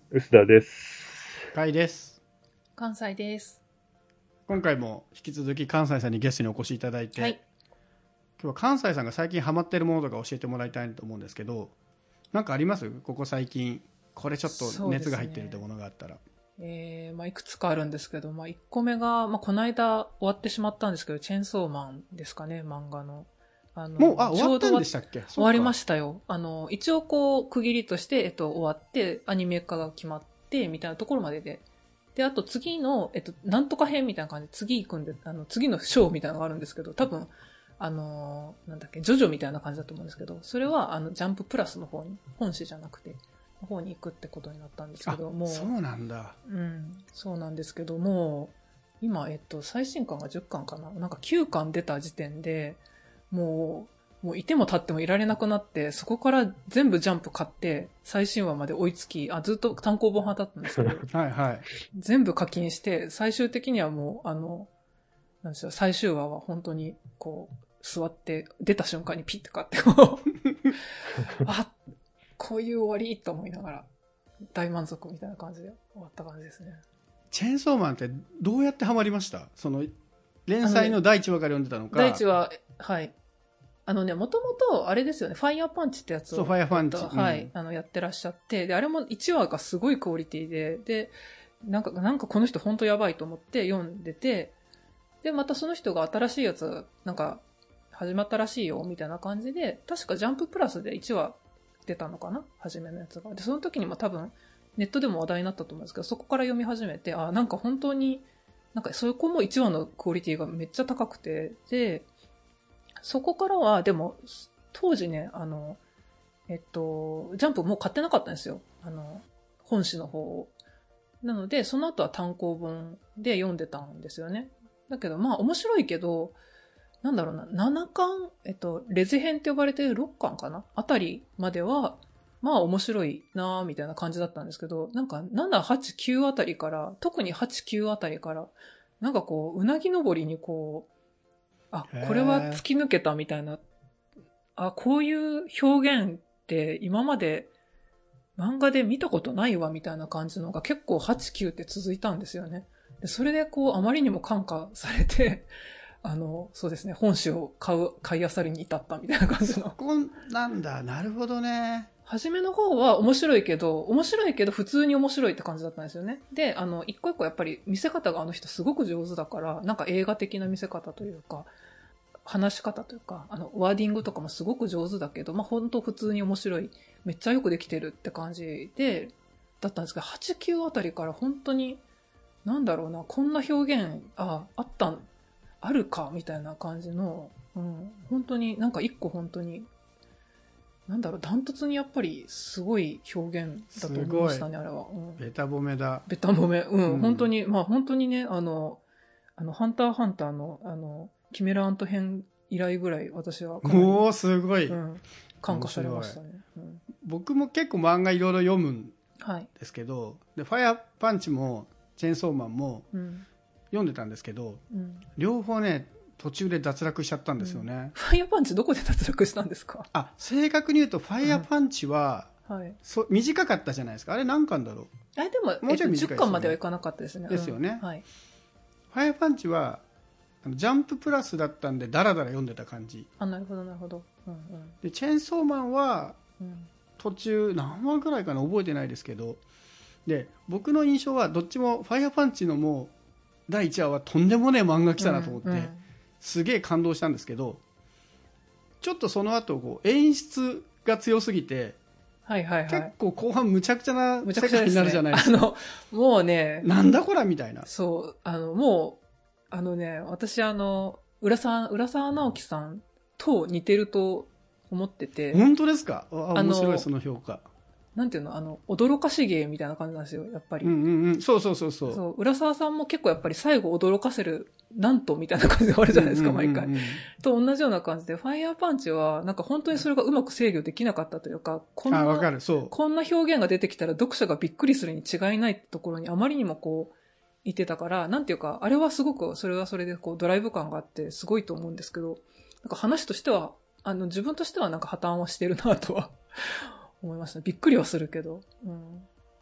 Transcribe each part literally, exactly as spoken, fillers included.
臼田です。 かいです。 関西です。 今回も引き続き関西さんにゲストにお越しいただいて、はい、今日は関西さんが最近ハマっているものとか教えてもらいたいと思うんですけど、なんかあります？ここ最近これちょっと熱が入っているというものがあったら。 えーまあ、いくつかあるんですけど、まあ、いっこめが、まあ、この間終わってしまったんですけど、チェーンソーマンですかね、漫画の。 あのもうあ終わったんでしたっけ？ 終わりましたよ。あの一応こう区切りとして、えっと、終わってアニメ化が決まってみたいなところまでで、であと次の、えっと、なんとか編みたいな感じで次行くんで、あの次のショーみたいなのがあるんですけど、多分あのなんだっけ、ジョジョみたいな感じだと思うんですけど、それはあのジャンププラスの方に、本誌じゃなくての方に行くってことになったんですけども、 そうなんだ。 うん、そうなんですけども、今えっと最新巻がじゅっかんかな、なんかきゅうかん出た時点でもう。もういても立ってもいられなくなって、そこから全部ジャンプ買って、最新話まで追いつき、あ、ずっと単行本派だったんですけど、 はいはい。 全部課金して、最終的にはもう、あの、なんでしょう、最終話は本当に、こう、座って、出た瞬間にピッて買って、こう、あ、こういう終わりと思いながら、大満足みたいな感じで終わった感じですね。 チェーンソーマンってどうやってハマりました？その、連載の第一話から読んでたのか。 第一話、はい。あのね、もともと、あれですよね、ファイヤーパンチってやつを。 そう、ファイヤーパンチ。 はい、うん、あの、やってらっしゃって、で、あれもいちわがすごいクオリティで、で、なんか、なんかこの人ほんとやばいと思って読んでて、で、またその人が新しいやつ、なんか、始まったらしいよ、みたいな感じで、確かジャンププラスでいちわ出たのかな？初めのやつが。で、その時にも多分、ネットでも話題になったと思うんですけど、そこから読み始めて、あ、なんか本当に、なんかそこもいちわのクオリティがめっちゃ高くて、で、そこからは、でも、当時ね、あの、えっと、ジャンプもう買ってなかったんですよ。あの、本誌の方を。なので、その後は単行本で読んでたんですよね。だけど、まあ面白いけど、なんだろうな、ななかん、えっと、レゼ編って呼ばれてるろっかんかなあたりまでは、まあ面白いなぁ、みたいな感じだったんですけど、なんかなな、はち、きゅうあたりから、特にはち、きゅうあたりから、なんかこう、うなぎ登りにこう、あ、これは突き抜けたみたいな、あ、こういう表現って今まで漫画で見たことないわみたいな感じのが結構はち、きゅうって続いたんですよね。でそれでこうあまりにも感化されて、あの、そうですね、本誌を買う、買い漁りに至ったみたいな感じの。 そこなんだ、なるほどね。 初めの方は面白いけど、面白いけど普通に面白いって感じだったんですよね。で、あの、一個一個やっぱり見せ方があの人すごく上手だから、なんか映画的な見せ方というか、話し方というか、あの、ワーディングとかもすごく上手だけど、まあ、ほんと普通に面白い、めっちゃよくできてるって感じで、だったんですけど、はち、きゅうあたりから本当に、なんだろうな、こんな表現、あ、あったん、あるか、みたいな感じの、うん、本当になんか一個本当に、なんだろう、ダントツにやっぱりすごい表現だと思いましたね、あれは。うん、 ベタ褒めだ。 ベタ褒め。うん、うん、本当に、まあ本当にね、あの、あの、ハンターハンターの、あの、キメラアント編以来ぐらい私はかなり、 おー、すごい、 うん、感化されましたね。うん、 僕も結構漫画いろいろ読むんですけど、 はい、 でファイアパンチもチェーンソーマンも読んでたんですけど、うん、両方ね途中で脱落しちゃったんですよね、うん、 ファイアパンチどこで脱落したんですか？ あ、正確に言うとファイアパンチは、うん、はい、そ短かったじゃないですか。あれ何巻だろう。 あれでももうちょい短いですよね、えっと、じゅっかんまではいかなかったですね。 ですよね、 うん、はい、 ファイアパンチはジャンププラスだったんでダラダラ読んでた感じ。 あ、なるほどなるほど、うんうん、 でチェーンソーマンは途中何話ぐらいかな覚えてないですけど、で僕の印象はどっちもファイアパンチのもうだいいちわはとんでもねえ漫画来たなと思って、うんうん、すげえ感動したんですけど、ちょっとその後こう演出が強すぎて、 はいはいはい、 結構後半むちゃくちゃな世界になるじゃないですか。 あのもうね、 なんだこらみたいな。 そう、あのもうあのね、私あの浦沢浦沢直樹さんと似てると思ってて。 本当ですか？あ、面白いその評価。 なんていうの、あの驚かし芸みたいな感じなんですよ、やっぱり。 うんうんうん、そうそうそうそう。 そう、浦沢さんも結構やっぱり最後驚かせるなんとみたいな感じで終わるじゃないですか、毎回。と同じような感じで、ファイヤーパンチはなんか本当にそれがうまく制御できなかったというか、こんなあ、わかる、そう。 こんな表現が出てきたら読者がびっくりするに違いないってところにあまりにもこう言ってたから、なんていうか、あれはすごくそれはそれでこうドライブ感があってすごいと思うんですけど、なんか話としてはあの自分としてはなんか破綻はしてるなとは思いました。びっくりはするけど。うん、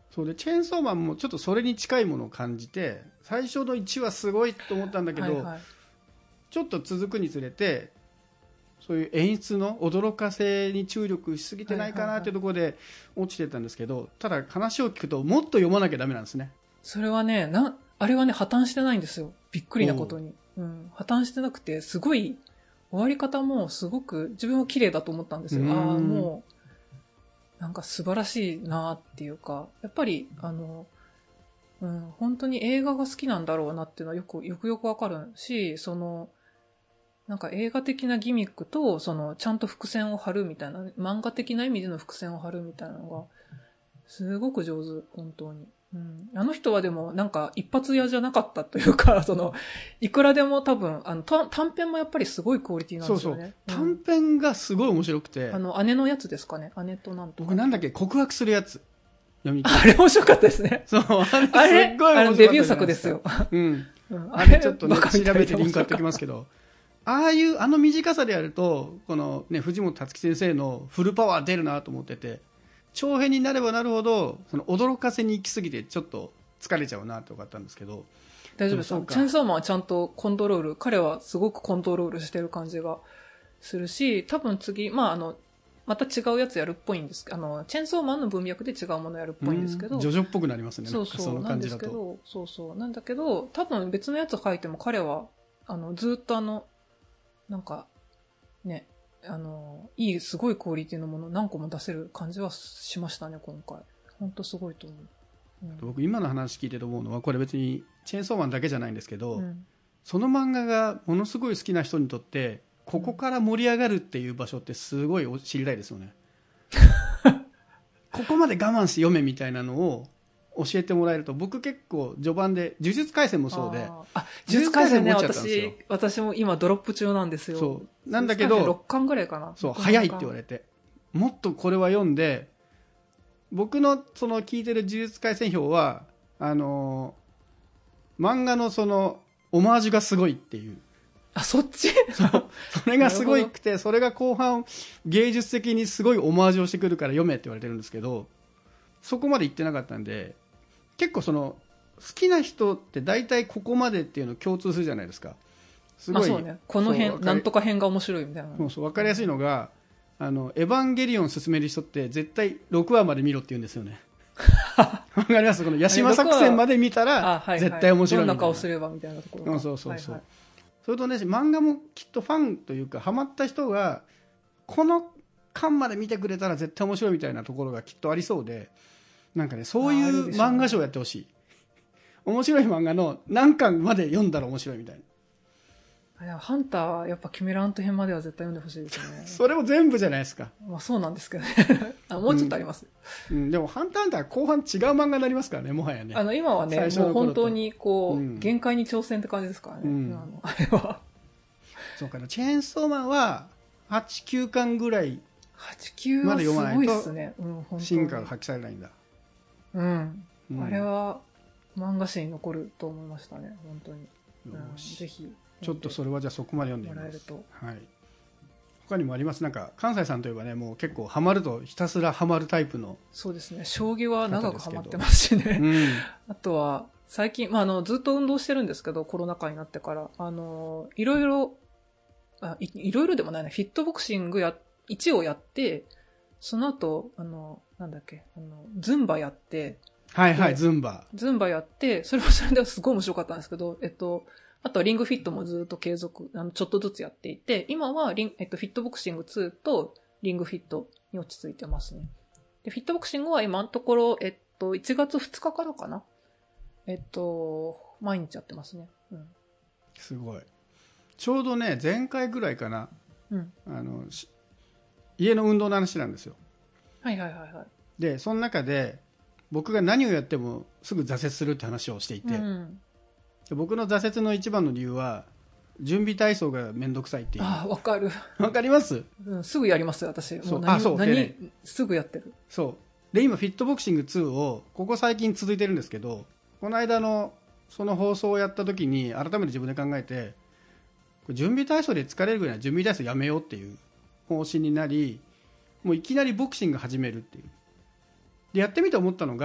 そうでチェーンソーマンもちょっとそれに近いものを感じて、最初のいちわすごいと思ったんだけど、はいはい、ちょっと続くにつれてそういう演出の驚かせに注力しすぎてないかなっていうところで落ちてたんですけど、はいはいはい、ただ話を聞くともっと読まなきゃダメなんですね。 それはね、なあれはね破綻してないんですよ。びっくりなことに、うん、破綻してなくて、すごい終わり方もすごく自分は綺麗だと思ったんですよ。ああもうなんか素晴らしいなっていうか、やっぱりあの、うん、本当に映画が好きなんだろうなっていうのはよくよくよくわかるし、そのなんか映画的なギミックとそのちゃんと伏線を張るみたいな、漫画的な意味での伏線を張るみたいなのがすごく上手、本当に。うん、あの人はでもなんか一発屋じゃなかったというか、そのいくらでも多分あの短編もやっぱりすごいクオリティなんですよね。 そうそう、うん、短編がすごい面白くて、 あの姉のやつですかね、姉となんとか僕なんだっけ、告白するやつ読みあれ面白かったですね。 そう、あれすっごい面白かった。あれデビュー作ですよ。 うん、うん、あれちょっとね調べてリンク貼っておきますけど、ああいうあの短さでやるとこのね藤本つ樹先生のフルパワー出るなと思ってて、長編になればなるほどその驚かせに行き過ぎてちょっと疲れちゃうなって分かったんですけど、 大丈夫です。チェンソーマンはちゃんとコントロール、彼はすごくコントロールしてる感じがするし、多分次、まああのまた違うやつやるっぽいんですけど、あのチェンソーマンの文脈で違うものやるっぽいんですけど、 ジョジョっぽくなりますね。 そうそう、 なんかその感じだと。 なんですけど、そうそうなんだけど、多分別のやつ書いても彼はあのずっとあのなんかね、あのいいすごいクオリティのもの何個も出せる感じはしましたね今回。本当すごいと思う。うん、 僕今の話聞いてて思うのは、これ別にチェーンソーマンだけじゃないんですけど、 うん、その漫画がものすごい好きな人にとってここから盛り上がるっていう場所ってすごい知りたいですよね。ここまで我慢して読めみたいなのを教えてもらえると、僕結構序盤で呪術廻戦もそうで、 ああ呪術廻戦ね、私私も今ドロップ中なんですよ。 そうなんだけどろっかんぐらいかな。 そう早いって言われて、もっとこれは読んで、僕のその聞いてる呪術廻戦表はあのー、漫画のそのオマージュがすごいっていう、 あそっちそうそれがすごいくて、それが後半芸術的にすごいオマージュをしてくるから読めって言われてるんですけど、そこまで言ってなかったんで、結構その好きな人って大体ここまでっていうの共通するじゃないですか。すごい、 まあそうね、この辺なんとか辺が面白いみたいな。 そうそう、分かりやすいのが、あのエヴァンゲリオン進める人って絶対ろくわまで見ろって言うんですよね。わかります。このヤシマ作戦まで見たら絶対面白いみたいな。 どんな顔すればみたいなところが。 そうそうそうそう、はいはい、それとね、漫画もきっとファンというかハマった人がこの巻まで見てくれたら絶対面白いみたいなところがきっとありそうで、なんかね、そういう漫画賞やってほしい。面白い漫画の何巻まで読んだら面白いみたいな。 ハンターはやっぱキメラント編までは絶対読んでほしいですね。 それも全部じゃないですか。 まあそうなんですけどね。あ、もうちょっとあります。 うんうん、でもハンターハンター後半違う漫画になりますからね、もはやね。 あの今はね、もう本当にこう、うん、限界に挑戦って感じですからね。うん、あのあれは。 そうかな、チェーンソーマンははち、きゅうかんぐらいはち、きゅうまで読まないと進化が発揮されないんだ。 うん。うん、あれは漫画史に残ると思いましたね、本当に。うん、ぜひ。 ちょっとそれはじゃあそこまで読んでみます。はい。他にもあります？なんか関西さんといえばね、もう結構ハマるとひたすらハマるタイプの。 そうですね。将棋は長くハマってますしね。うん、あとは最近、まあ、あのずっと運動してるんですけど、コロナ禍になってからあのいろいろあ い, いろいろでもないね。フィットボクシングやいちをやって、その後あのなんだっけあのズンバやって。 はいはい、ズンバ。 ズンバやってそれはそれですごい面白かったんですけど、えっと。あとはリングフィットもずっと継続、あのちょっとずつやっていて、今はリン、えっと、フィットボクシングツーとリングフィットに落ち着いてますね。で、フィットボクシングは今のところ、えっと、いちがつふつかからかな。えっと、毎日やってますね。うん。 すごい。ちょうどね、前回ぐらいかな。 うん。 あの、家の運動の話なんですよ。 はいはいはいはい。 で、その中で、僕が何をやってもすぐ挫折するって話をしていて、うん、僕の挫折の一番の理由は準備体操がめんどくさいっていう。 ああ、わかる。 わかります、 うん、すぐやりますよ私。 そう、あ、そう、 何、 ね、 すぐやってる。 そうで、今フィットボクシングツーをここ最近続いてるんですけど、この間のその放送をやった時に改めて自分で考えて、準備体操で疲れるぐらいは準備体操やめようっていう方針になり、もういきなりボクシング始めるっていう。でやってみて思ったのが、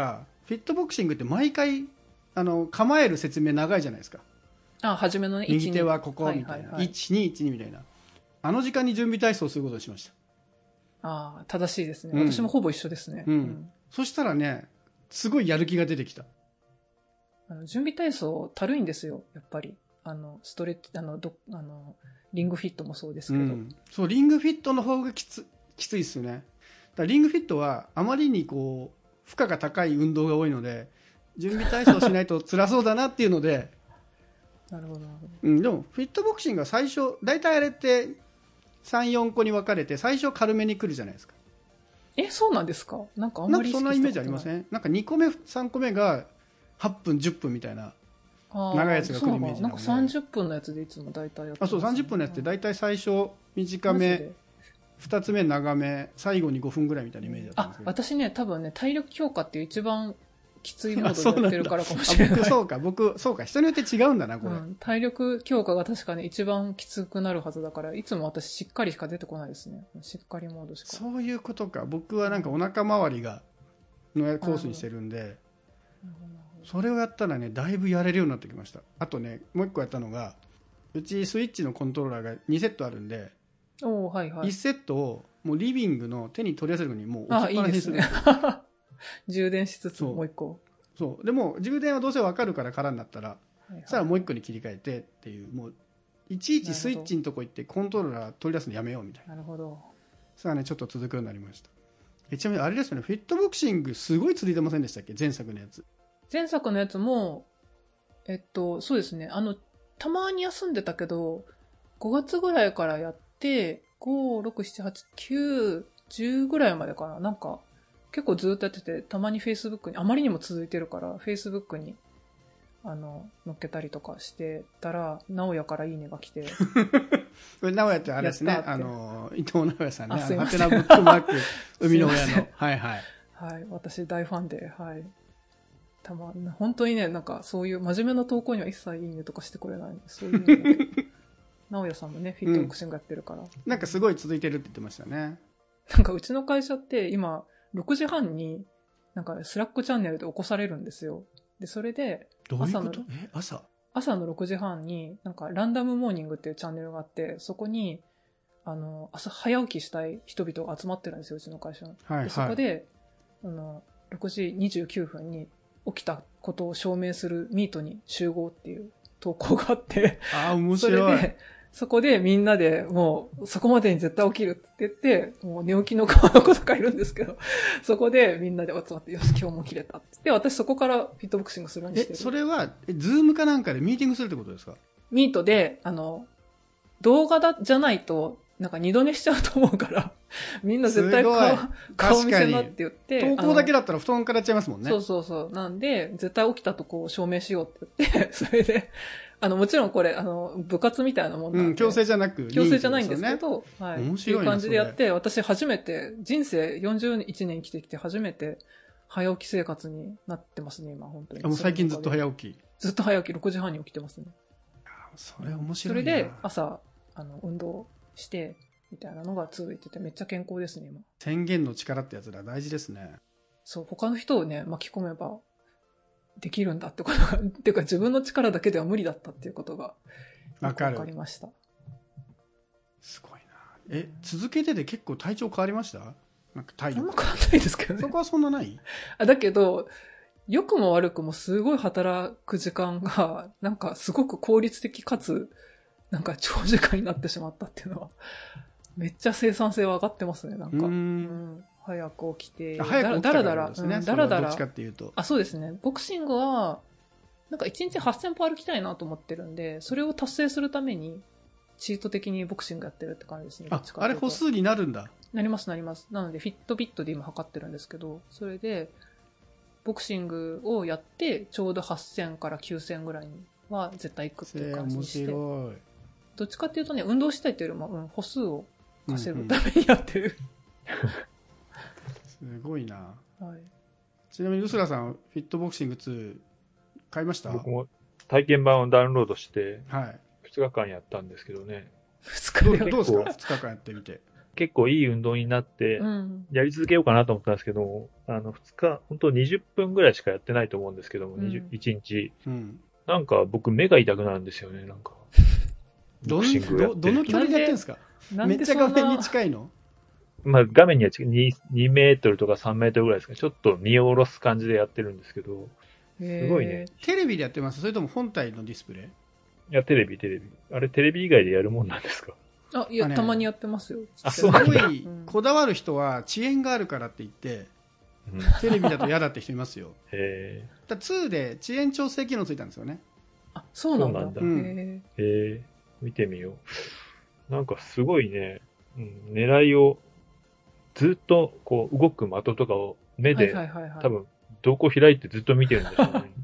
フィットボクシングって毎回あの構える説明長いじゃないですか。 あ、初めのね、 右手はここみたいな、 はいはいはい、 いちにいちにみたいな。あの時間に準備体操することにしました。 ああ、正しいですね、 うん、 私もほぼ一緒ですね、 うんうん、 うん、 そしたらねすごいやる気が出てきた。 あの準備体操たるいんですよやっぱり。あのストレッチ、あのどあのリングフィットもそうですけど、うん、 そうリングフィットの方がきつきついですよね。だからリングフィットはあまりにこう負荷が高い運動が多いので準備体操しないと辛そうだなっていうのでなるほどなるほど、 うん、でもフィットボクシングは最初大体あれってさん、よんこに分かれて最初軽めに来るじゃないですか。 え、そうなんですか。なんかあんまり意識したことない。 なんかそんなイメージありません？なんかにこめさんこめがはっぷんじゅっぷんみたいな長いやつが来るイメージなので。 なんかさんじゅっぷんのやつでいつも大体やってます、ね、 あ、そうさんじゅっぷんのやつって大体最初短め、ふたつめ長め、最後にごふんぐらいみたいなイメージだったんですけど。 あ、私ね多分ね体力強化っていう一番きついモードでやってるからかもしれない。 僕そうか僕そうか人によって違うんだなこれ、うん、 体力強化が確かに一番きつくなるはずだからいつも私しっかりしか出てこないですね。しっかりモードしか。 そういうことか。僕はなんかお腹周りがのコースにしてるんで、それをやったらねだいぶやれるようになってきました。あとねもう一個やったのがうちスイッチのコントローラーがにセットあるんで、 お、はいはい、 いちセットをもうリビングの手に取りやすいのにもう置きっぱなしにするんですよ。 あ、いいですね充電しつつもう一個。 そうでも充電はどうせ分かるから空になったら、はいはい、さらもう一個に切り替えてっていう、もういちいちスイッチのとこ行ってコントローラー取り出すのやめようみたいな。 なるほど。 さあねちょっと続くようになりました。えちなみにあれですよね、フィットボクシングすごい続いてませんでしたっけ、前作のやつ。 前作のやつもえっとそうですね、あのたまに休んでたけどごがつぐらいからやってご、ろく、しち、はち、きゅう、じゅうぐらいまでかな。なんか結構ずっとやってて、たまに Facebook にあまりにも続いてるから Facebook にあの載っけたりとかしてたら直哉からいいねが来てこれ直哉ってあれですね、あの伊藤直哉さんね、 あ、すいません、 ハテナブックマーク生みの親のはいはいはい、私大ファンで、はい、たま本当にね、なんかそういう真面目な投稿には一切いいねとかしてくれないんで、そういうので直哉さんもねフィットボクシングやってるから、うん、 なんかすごい続いてるって言ってましたね。 なんかうちの会社って今ろくじはんになんかスラックチャンネルで起こされるんですよ。でそれで朝のえ朝朝のろくじはんになんかランダムモーニングっていうチャンネルがあって、そこにあの朝早起きしたい人々が集まってるんですよ、うちの会社の、はいはい、でそこであのろくじにじゅうきゅうふんに起きたことを証明するミートに集合っていう投稿があってあ、面白い。 それでそこでみんなでもうそこまでに絶対起きるって言ってもう寝起きの顔の子とかいるんですけどそこでみんなで集まってよし今日も起きれたってで私そこからフィットボクシングするようにしてる。 えそれはえズームかなんかでミーティングするってことですか？ ミートであの動画だじゃないとなんか二度寝しちゃうと思うからみんな絶対 顔, 顔見せなって言って投稿だけだったら布団からやっちゃいますもんね。 そうそうそうなんで絶対起きたとこを証明しようって言ってそれであのもちろんこれあの部活みたいなもんなんで、うん、 強制じゃなく強制じゃないんですけど、はい、 面白いいう感じでやって私初めて人生よんじゅういちねん生きてきて初めて早起き生活になってますね今本当に。 もう最近ずっと早起きずっと早起きろくじはんに起きてますね。 それ面白いな。 それで朝あの運動してみたいなのが続いててめっちゃ健康ですね今。 宣言の力ってやつら大事ですね。 そう他の人をね巻き込めばできるんだってことがっていうか自分の力だけでは無理だったっていうことが分かりました。 すごいな。え、うん、続けてて結構体調変わりました？なんか体力あんま変わんないですけどね。 そこはそんなない？ あだけど良くも悪くもすごい働く時間がなんかすごく効率的かつなんか長時間になってしまったっていうのはめっちゃ生産性は上がってますね。なんか、うん、早く起きて早く起きたからですね。 だらだらどっちかっていうと、 あそうですね。ボクシングはなんかいちにちはっせんぽ歩きたいなと思ってるんで、それを達成するためにチート的にボクシングやってるって感じですね。 あ、あれ歩数になるんだ。 なりますなります。なのでフィットビットで今測ってるんですけど、それでボクシングをやってちょうどはっせんからきゅうせんぐらいには絶対行くっていう感じにして、 面白い。 どっちかっていうとね運動したいっていうよりも、うん、歩数を稼ぐためにやってる、 うんうん、すごいな、 はい、 ちなみにうすらさんフィットボクシングツー買いました？ 僕も体験版をダウンロードしてはい、 ふつかかんやったんですけどね。 ふつかでどうですか？ふつかかんやってみて。 結構いい運動になって、 うん。 やり続けようかなと思ったんですけど、あの、ふつか、本当にじゅっぷんぐらいしかやってないと思うんですけども、 うんにじゅういちにち。 うん。 なんか僕目が痛くなるんですよね、なんか。 どんボクシングやど、 ってるとどの距離でやってんですか？ なんめっちゃでそんな画面に近いの？ まあ画面には近い に, にメートルとかさんメートルぐらいですか。ちょっと見下ろす感じでやってるんですけど、すごいね。 テレビでやってます？それとも本体のディスプレイ？ いや、テレビ、テレビ。あれ、テレビ以外でやるもんなんですか？ あ、いや、 あねたまにやってますよ。 あすごそうなんだいこだわる人は遅延があるからって言ってうん、 テレビだと嫌だって人いますよ。 へだツーで遅延調整機能ついたんですよね。 あ、そうなんだ。 そうなんだへえ、へえ、見てみよう。なんかすごいね、うん、狙いを、ずっとこう動く的とかを目ーはいで、 はいはいはい。 多分、瞳孔開いてずっと見てるんですよね。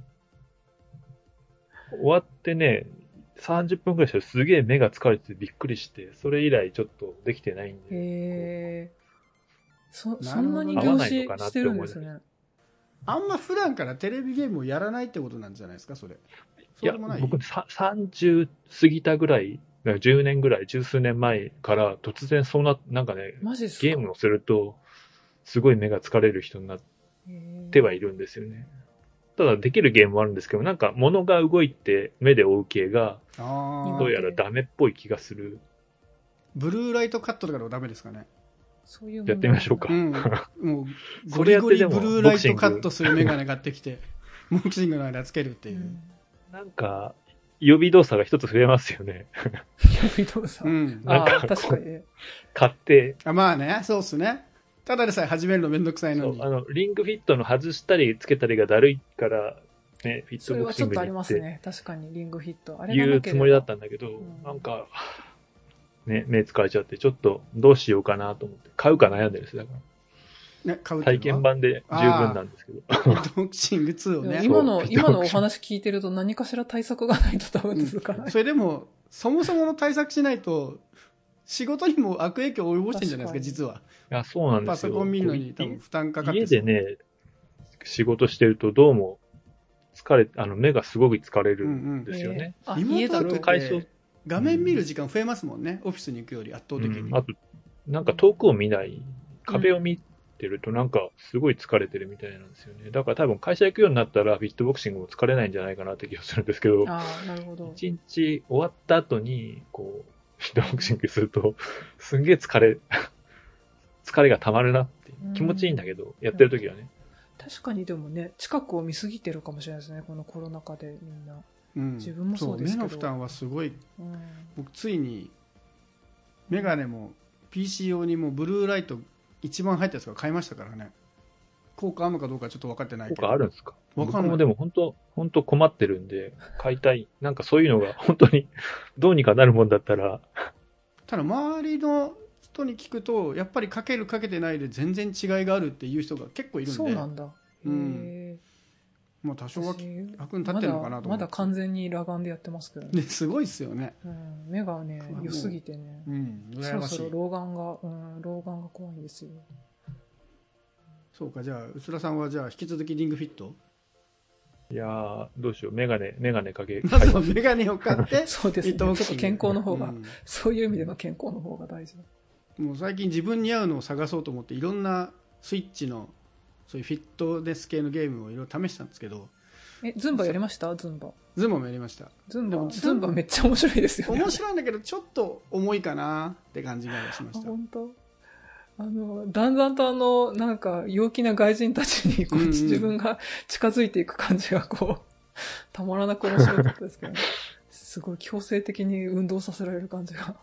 終わってね、さんじゅっぷんくらいしたらすげえ目が疲れてびっくりして、それ以来ちょっとできてないんで。 へえ。そ、 なるほどそんなに合わ凝視ないのかなっしててるん思いますでね。 あんま普段からテレビゲームをやらないってことなんじゃないですか、それ。 いや、 そうでもない？ 僕ささんじゅう過ぎたぐらい、じゅうねんぐらい、十数年前から突然そうな、なんかね、 マジっすか？ ゲームをすると、すごい目が疲れる人になってはいるんですよね。ただできるゲームもあるんですけど、なんか物が動いて目で追う系が、 ああ。 どうやらダメっぽい気がする。 ブルーライトカットとかでもダメですかね。 そういうやってみましょうか。 うん。もう、ゴそれリゴリやってでもブルーライトカットするメガネ買ってきて、ボクシングの間つけるっていう。 うん。 なんか、予備動作が一つ増えますよね。 予備動作。 うん。 なんかああ、確かにね。 買って、 あまあね、そうっすね。ただでさえ始めるのめんどくさいのに。 そうあの、リングフィットの外したりつけたりがだるいから、ね、フィッそれはトボクシちょっとありングに行ってますね。確かに、リングフィット。あれが言なければうつもりだったんだけど、 んなんか、ね、目疲れちゃって、ちょっとどうしようかなと思って、買うか悩んでるんですよ。だからね、買うっていう体のは験版で十分なんですけど。 ボクシングツーをね。 今の、 そう今のお話聞いてると何かしら対策がないと多分続かない。 それでも、そもそもの対策しないと、仕事にも悪影響を及ぼしてるんじゃないですか、 確かに実は。 いや、そうなんですよ。 パソコン見るのに多こう分負担かかって家そうでね、仕事してるとどうも疲れ、あの目がすごく疲れるんですよね。 あ、 リモート家だとだと。 解消画面見る時間増えますもんね、オフィスに行くより圧倒的に。 うんあと、なんか遠くを見ない、壁を見てるとなんかすごい疲れてるみたいなんですよね。だから多分会社行くようになったらフィットボクシングも疲れないんじゃないかなって気がするんですけど、 ああ、なるほど。 一日終わった後に、こう、フィットボクシングすると、すんげえ疲れ、疲れが溜まるなっていう気持ちいいんだけど、やってる時はね。 確かにでもね、近くを見すぎてるかもしれないですね、このコロナ禍でみんな。 うん自分もそうですけど目の負担はすごい。 うん。 僕ついにメガネも ピーシー 用にもうブルーライト一番入ったやつが買いましたからね。効果あるのかどうかちょっと分かってない効けど。 果あるんですか？ わかんない僕もでも本当、本当困ってるんで、買いたい。なんかそういうのが本当にどうにかなるもんだったら、 ただ周りの人に聞くとやっぱりかけるかけてないで全然違いがあるっていう人が結構いるんで、 そうなんだ。 うんへまあ多少は私役に立ってるのかなと思ってまだまだ完全に裸眼でやってますけどね。 ですごいっすよね。 うん、目がねうわ、 良すぎてね。 うんそ羨ましい。 ろそろ老眼が、うん、老眼が怖いんですよ。 そうか、じゃあうつらさんはじゃあ引き続きリングフィットいやー、どうしよう、メガネ、メガネかけ、 まずはメガネを買ってそうですね。 フィットボクシングちょっと健康の方が、 うんそういう意味での健康の方が大事だ。 もう最近自分に合うのを探そうと思っていろんなスイッチのそういうフィットネス系のゲームをいろいろ試したんですけど、 え、ズンバやりましたズンバ。 ズンバもやりました。 ズンバ、 でもズンバめっちゃ面白いですよね。 面白いんだけどちょっと重いかなって感じがしまあ、 した。 本当。あの、だんだんとあの、なんか、陽気な外人たちに、こう、 うんうん自分が近づいていく感じが、こう、たまらなく面白かったですけどね。すごい強制的に運動させられる感じが。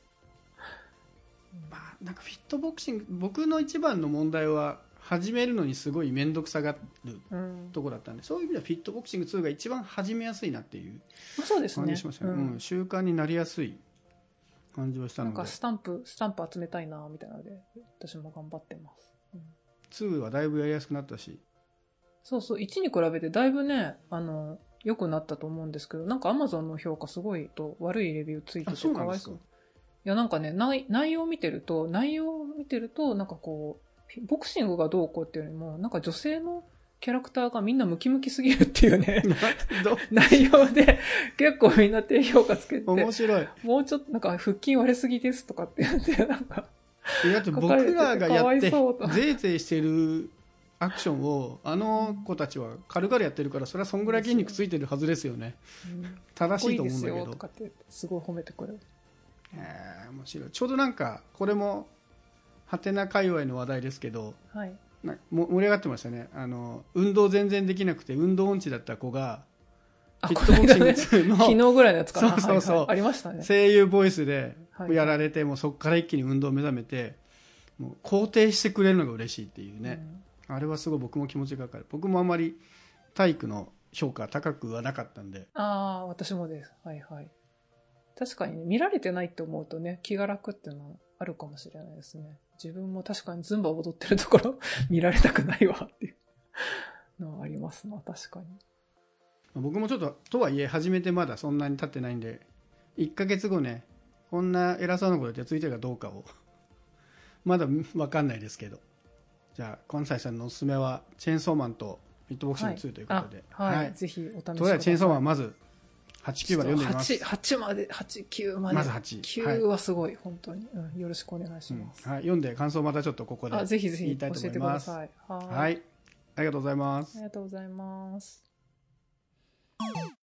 まあ、なんかフィットボクシング僕の一番の問題は始めるのにすごい面倒くさがるうん。 ところだったんで、そういう意味ではフィットボクシングツーが一番始めやすいなっていうまあそうですね。 感じしましたね、 ううんん。 習慣になりやすい感じはしたなんので、 かスタンプ、スタンプ集めたいな、みたいなので、私も頑張ってます。うん、 ツーはだいぶやりやすくなったし、 そうそう、いちに比べてだいぶね、あの、良くなったと思うんですけど、なんか Amazon の評価すごいと悪いレビューついてあてそうなんですかかわいそう。いや、なんかね、内内容を見てると、内容を見てると、なんかこう、ボクシングがどうこうっていうよりも、なんか女性のキャラクターがみんなムキムキすぎるっていうね、 ど内容で結構みんな低評価つけて、 面白い。 もうちょっとなんか腹筋割れすぎですとかって言って、なんか、 だって僕らがやってかわいそうとぜいぜいしてるアクションをあの子たちは軽々やってるから、それはそんぐらい筋肉ついてるはずですよね。 うん、 正しいと思うんだけど。 かっこいいですよとかってすごい褒めてくれる。 えー、面白い。ちょうどなんかこれもハテナ界隈の話題ですけど、 はい、 なも盛り上がってましたね。あの運動全然できなくて運動音痴だった子がキットボクシングツーの昨日ぐらいのやつかな。 そうそうそう、 はいはい、ありましたね。 声優ボイスでやられて、もうそこから一気に運動を目覚めて、もう肯定してくれるのが嬉しいっていうね、うん、あれはすごい僕も気持ちがかかる。僕もあんまり体育の評価高くはなかったんで。 ああ、私もです。はいはい。確かにね、見られてないって思うとね、気が楽っていうのはあるかもしれないですね。自分も確かにズンバ踊ってるところ見られたくないわっていうのはありますな、確かに。 僕もちょっととはいえ始めてまだそんなに経ってないんで、いっかげつごね、こんな偉そうなことやってついてるかどうかをまだ分かんないですけど、じゃあ関西さんのおすすめはチェーンソーマンとミットボクシングツーということで、 はいはいはい、ぜひお試しください。 とりあえずチェーンソーマンまずはち、きゅうまで読んでみます。 はち, はちまではち、きゅうまでまずはち、 きゅうはすごい、はい、本当に、うん、よろしくお願いします、 うん、はい、読んで感想またちょっとここで言いたいと思います。 あ、ぜひぜひ教えてください。 はい、はい、ありがとうございます。 ありがとうございます。